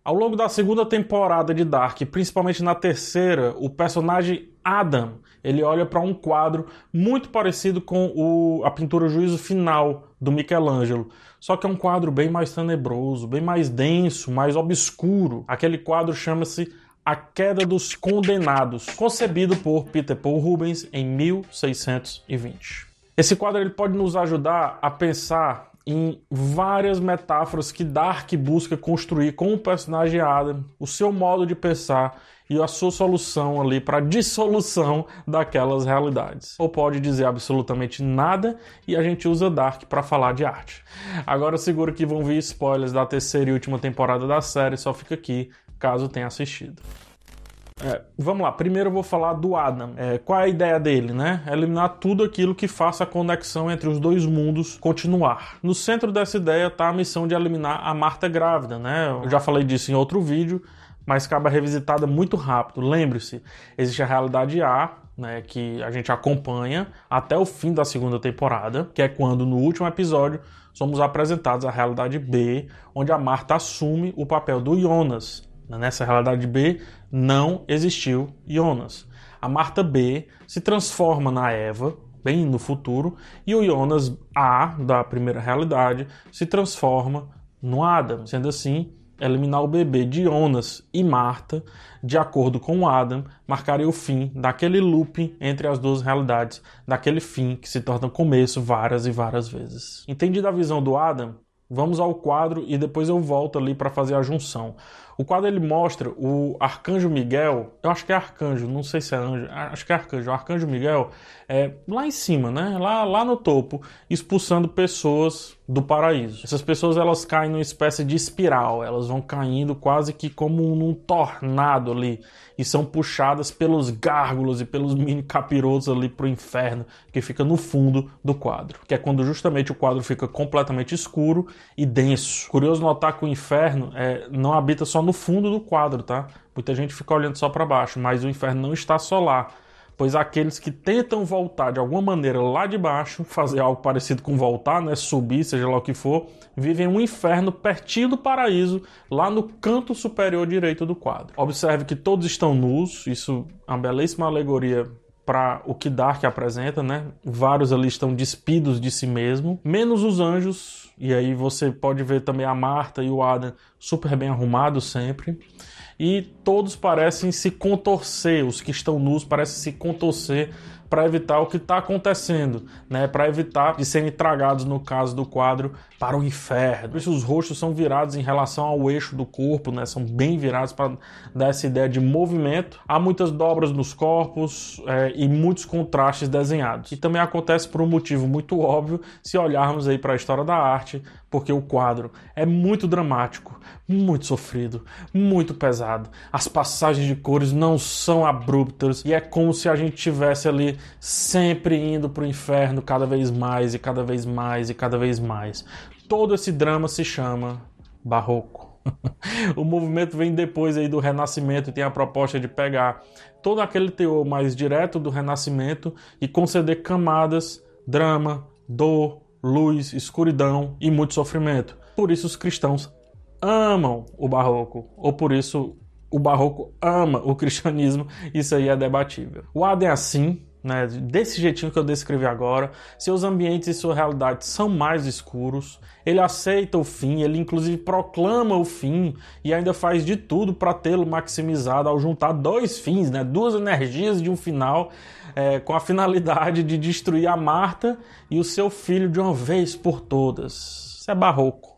Ao longo da segunda temporada de Dark, principalmente na terceira, o personagem Adam, ele olha para um quadro muito parecido com a pintura Juízo Final do Michelangelo. Só que é um quadro bem mais tenebroso, bem mais denso, mais obscuro. Aquele quadro chama-se A Queda dos Condenados, concebido por Peter Paul Rubens em 1620. Esse quadro ele pode nos ajudar a pensar em várias metáforas que Dark busca construir com o personagem Adam, o seu modo de pensar e a sua solução ali para a dissolução daquelas realidades. Ou pode dizer absolutamente nada e a gente usa Dark para falar de arte. Agora segura que vão vir spoilers da terceira e última temporada da série, só fica aqui caso tenha assistido. Vamos lá, primeiro eu vou falar do Adam. Qual é a ideia dele, né? Eliminar tudo aquilo que faça a conexão entre os dois mundos continuar. No centro dessa ideia está a missão de eliminar a Marta grávida, né? Eu já falei disso em outro vídeo, mas acaba revisitada muito rápido. Lembre-se, existe a realidade A, né, que a gente acompanha até o fim da segunda temporada, que é quando no último episódio somos apresentados à realidade B, onde a Marta assume o papel do Jonas. Nessa realidade B não existiu Jonas. A Marta B se transforma na Eva, bem no futuro, e o Jonas A, da primeira realidade, se transforma no Adam. Sendo assim, eliminar o bebê de Jonas e Marta, de acordo com o Adam, marcaria o fim daquele looping entre as duas realidades, daquele fim que se torna começo várias e várias vezes. Entendida a visão do Adam, vamos ao quadro e depois eu volto ali para fazer a junção. O quadro ele mostra o Arcanjo Miguel, eu acho que é Arcanjo, não sei se é anjo, acho que é Arcanjo. O Arcanjo Miguel lá em cima, né? Lá no topo, expulsando pessoas do paraíso. Essas pessoas elas caem numa espécie de espiral, elas vão caindo quase que como num tornado ali e são puxadas pelos gárgulas e pelos mini capirotos ali pro inferno, que fica no fundo do quadro, que é quando justamente o quadro fica completamente escuro e denso. Curioso notar que o inferno não habita só no fundo do quadro, tá? Muita gente fica olhando só para baixo, mas o inferno não está só lá, pois aqueles que tentam voltar de alguma maneira lá de baixo, fazer algo parecido com voltar, né, subir, seja lá o que for, vivem um inferno pertinho do paraíso, lá no canto superior direito do quadro. Observe que todos estão nus, isso é uma belíssima alegoria para o que Dark apresenta, né? Vários ali estão despidos de si mesmo, menos os anjos, e aí você pode ver também a Marta e o Adam super bem arrumados sempre. E todos parecem se contorcer, os que estão nus parecem se contorcer para evitar o que está acontecendo, né? Para evitar de serem tragados, no caso do quadro, para o inferno. Por isso os rostos são virados em relação ao eixo do corpo, né? São bem virados para dar essa ideia de movimento. Há muitas dobras nos corpos e muitos contrastes desenhados. E também acontece por um motivo muito óbvio se olharmos aí para a história da arte, porque o quadro é muito dramático, muito sofrido, muito pesado. As passagens de cores não são abruptas e é como se a gente estivesse ali sempre indo para o inferno cada vez mais e cada vez mais e cada vez mais. Todo esse drama se chama barroco. O movimento vem depois aí do Renascimento e tem a proposta de pegar todo aquele teor mais direto do Renascimento e conceder camadas, drama, dor, luz, escuridão e muito sofrimento. Por isso os cristãos amam o barroco, ou por isso o barroco ama o cristianismo, isso aí é debatível. O Adam é assim, né, desse jeitinho que eu descrevi agora, seus ambientes e sua realidade são mais escuros, ele aceita o fim, ele inclusive proclama o fim e ainda faz de tudo para tê-lo maximizado ao juntar dois fins, né, duas energias de um final, com a finalidade de destruir a Marta e o seu filho de uma vez por todas. Isso é barroco.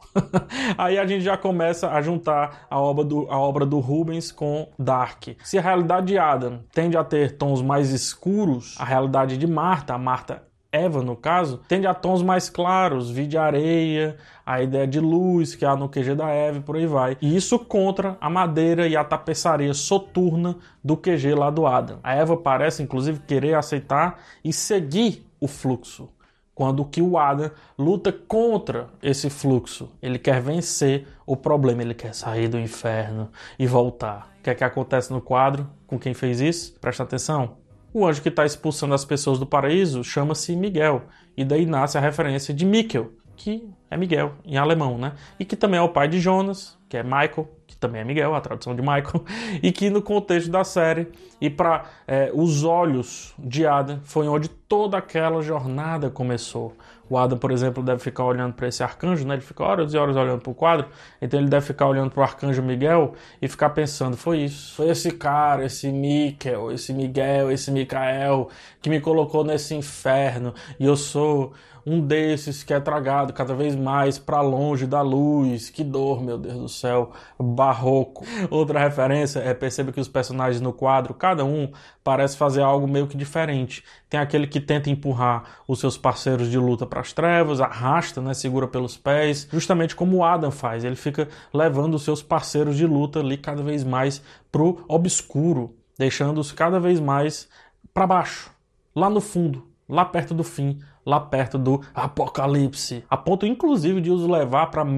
Aí a gente já começa a juntar a obra do Rubens com Dark. Se a realidade de Adam tende a ter tons mais escuros, a realidade de Marta, a Marta Eva no caso, tende a tons mais claros, vide areia, a ideia de luz que há no QG da Eva e por aí vai. E isso contra a madeira e a tapeçaria soturna do QG lá do Adam. A Eva parece inclusive querer aceitar e seguir o fluxo, quando que o Adam luta contra esse fluxo. Ele quer vencer o problema, ele quer sair do inferno e voltar. O que é que acontece no quadro com quem fez isso? Presta atenção. O anjo que está expulsando as pessoas do paraíso chama-se Miguel, e daí nasce a referência de Miquel, que é Miguel, em alemão, né? E que também é o pai de Jonas, que que é Michael, que também é Miguel, a tradução de Michael, e que no contexto da série e para os olhos de Adam foi onde toda aquela jornada começou. O Adam, por exemplo, deve ficar olhando para esse arcanjo, né? Ele fica horas e horas olhando para o quadro, então ele deve ficar olhando para o arcanjo Miguel e ficar pensando, foi isso, foi esse cara, esse Miquel, esse Miguel, esse Micael, que me colocou nesse inferno, e eu sou um desses que é tragado cada vez mais para longe da luz. Que dor, meu Deus do céu, barroco. Outra referência perceba que os personagens no quadro, cada um parece fazer algo meio que diferente. Tem aquele que tenta empurrar os seus parceiros de luta para as trevas, arrasta, né, segura pelos pés, justamente como o Adam faz. Ele fica levando os seus parceiros de luta ali cada vez mais pro obscuro, deixando-os cada vez mais para baixo, lá no fundo, lá perto do fim, lá perto do apocalipse, a ponto inclusive de os levar para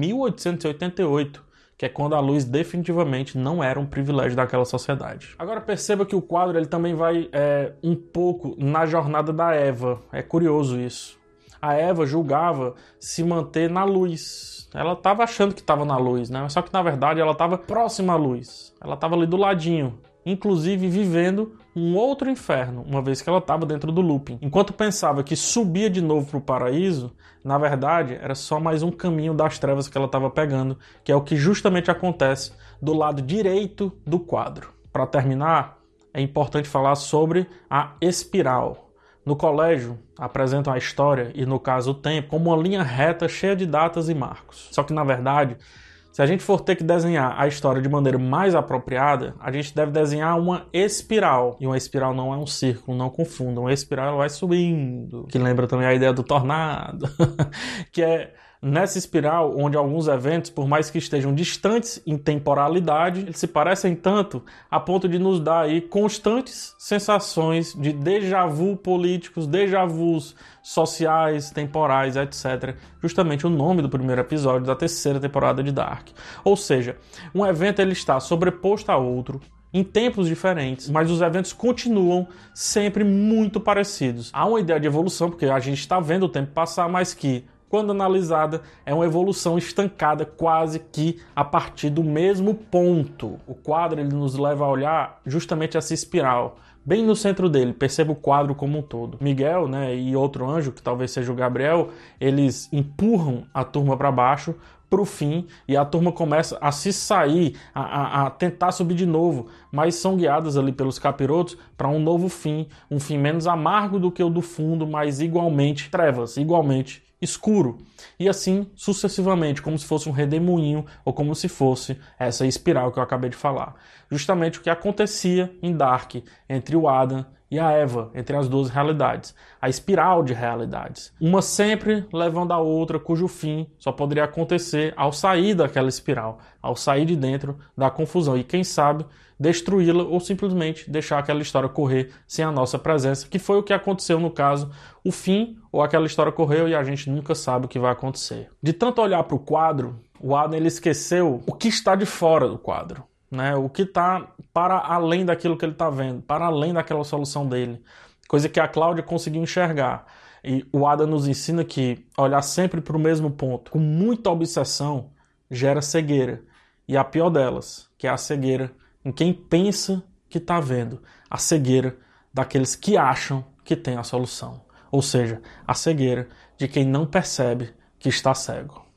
1888, que é quando a luz definitivamente não era um privilégio daquela sociedade. Agora perceba que o quadro ele também vai um pouco na jornada da Eva. É curioso isso. A Eva julgava se manter na luz. Ela estava achando que estava na luz, né? Só que na verdade ela estava próxima à luz. Ela estava ali do ladinho, inclusive vivendo um outro inferno, uma vez que ela estava dentro do looping. Enquanto pensava que subia de novo para o paraíso, na verdade era só mais um caminho das trevas que ela estava pegando, que é o que justamente acontece do lado direito do quadro. Para terminar, é importante falar sobre a espiral. No colégio, apresentam a história, e no caso o tempo, como uma linha reta cheia de datas e marcos. Só que na verdade, se a gente for ter que desenhar a história de maneira mais apropriada, a gente deve desenhar uma espiral. E uma espiral não é um círculo, não confundam. Uma espiral ela vai subindo, que lembra também a ideia do tornado. Que é nessa espiral onde alguns eventos, por mais que estejam distantes em temporalidade, eles se parecem tanto a ponto de nos dar aí constantes sensações de déjà vu políticos, déjà vus sociais, temporais, etc. Justamente o nome do primeiro episódio da terceira temporada de Dark. Ou seja, um evento ele está sobreposto a outro, em tempos diferentes, mas os eventos continuam sempre muito parecidos. Há uma ideia de evolução, porque a gente está vendo o tempo passar, mas que, quando analisada, é uma evolução estancada quase que a partir do mesmo ponto. O quadro ele nos leva a olhar justamente essa espiral. Bem no centro dele, perceba o quadro como um todo. Miguel, né, e outro anjo, que talvez seja o Gabriel, eles empurram a turma para baixo, para o fim, e a turma começa a se sair, a tentar subir de novo, mas são guiadas ali pelos capirotos para um novo fim, um fim menos amargo do que o do fundo, mas igualmente trevas, igualmente escuro. E assim sucessivamente, como se fosse um redemoinho ou como se fosse essa espiral que eu acabei de falar. Justamente o que acontecia em Dark entre o Adam e a Eva, entre as duas realidades. A espiral de realidades. Uma sempre levando a outra, cujo fim só poderia acontecer ao sair daquela espiral, ao sair de dentro da confusão. E quem sabe destruí-la ou simplesmente deixar aquela história correr sem a nossa presença, que foi o que aconteceu no caso. O fim ou aquela história correu e a gente nunca sabe o que vai acontecer. De tanto olhar para o quadro, o Adam ele esqueceu o que está de fora do quadro. Né, o que está para além daquilo que ele está vendo, para além daquela solução dele. Coisa que a Cláudia conseguiu enxergar. E o Adam nos ensina que olhar sempre para o mesmo ponto, com muita obsessão, gera cegueira. E a pior delas, que é a cegueira em quem pensa que está vendo. A cegueira daqueles que acham que tem a solução. Ou seja, a cegueira de quem não percebe que está cego.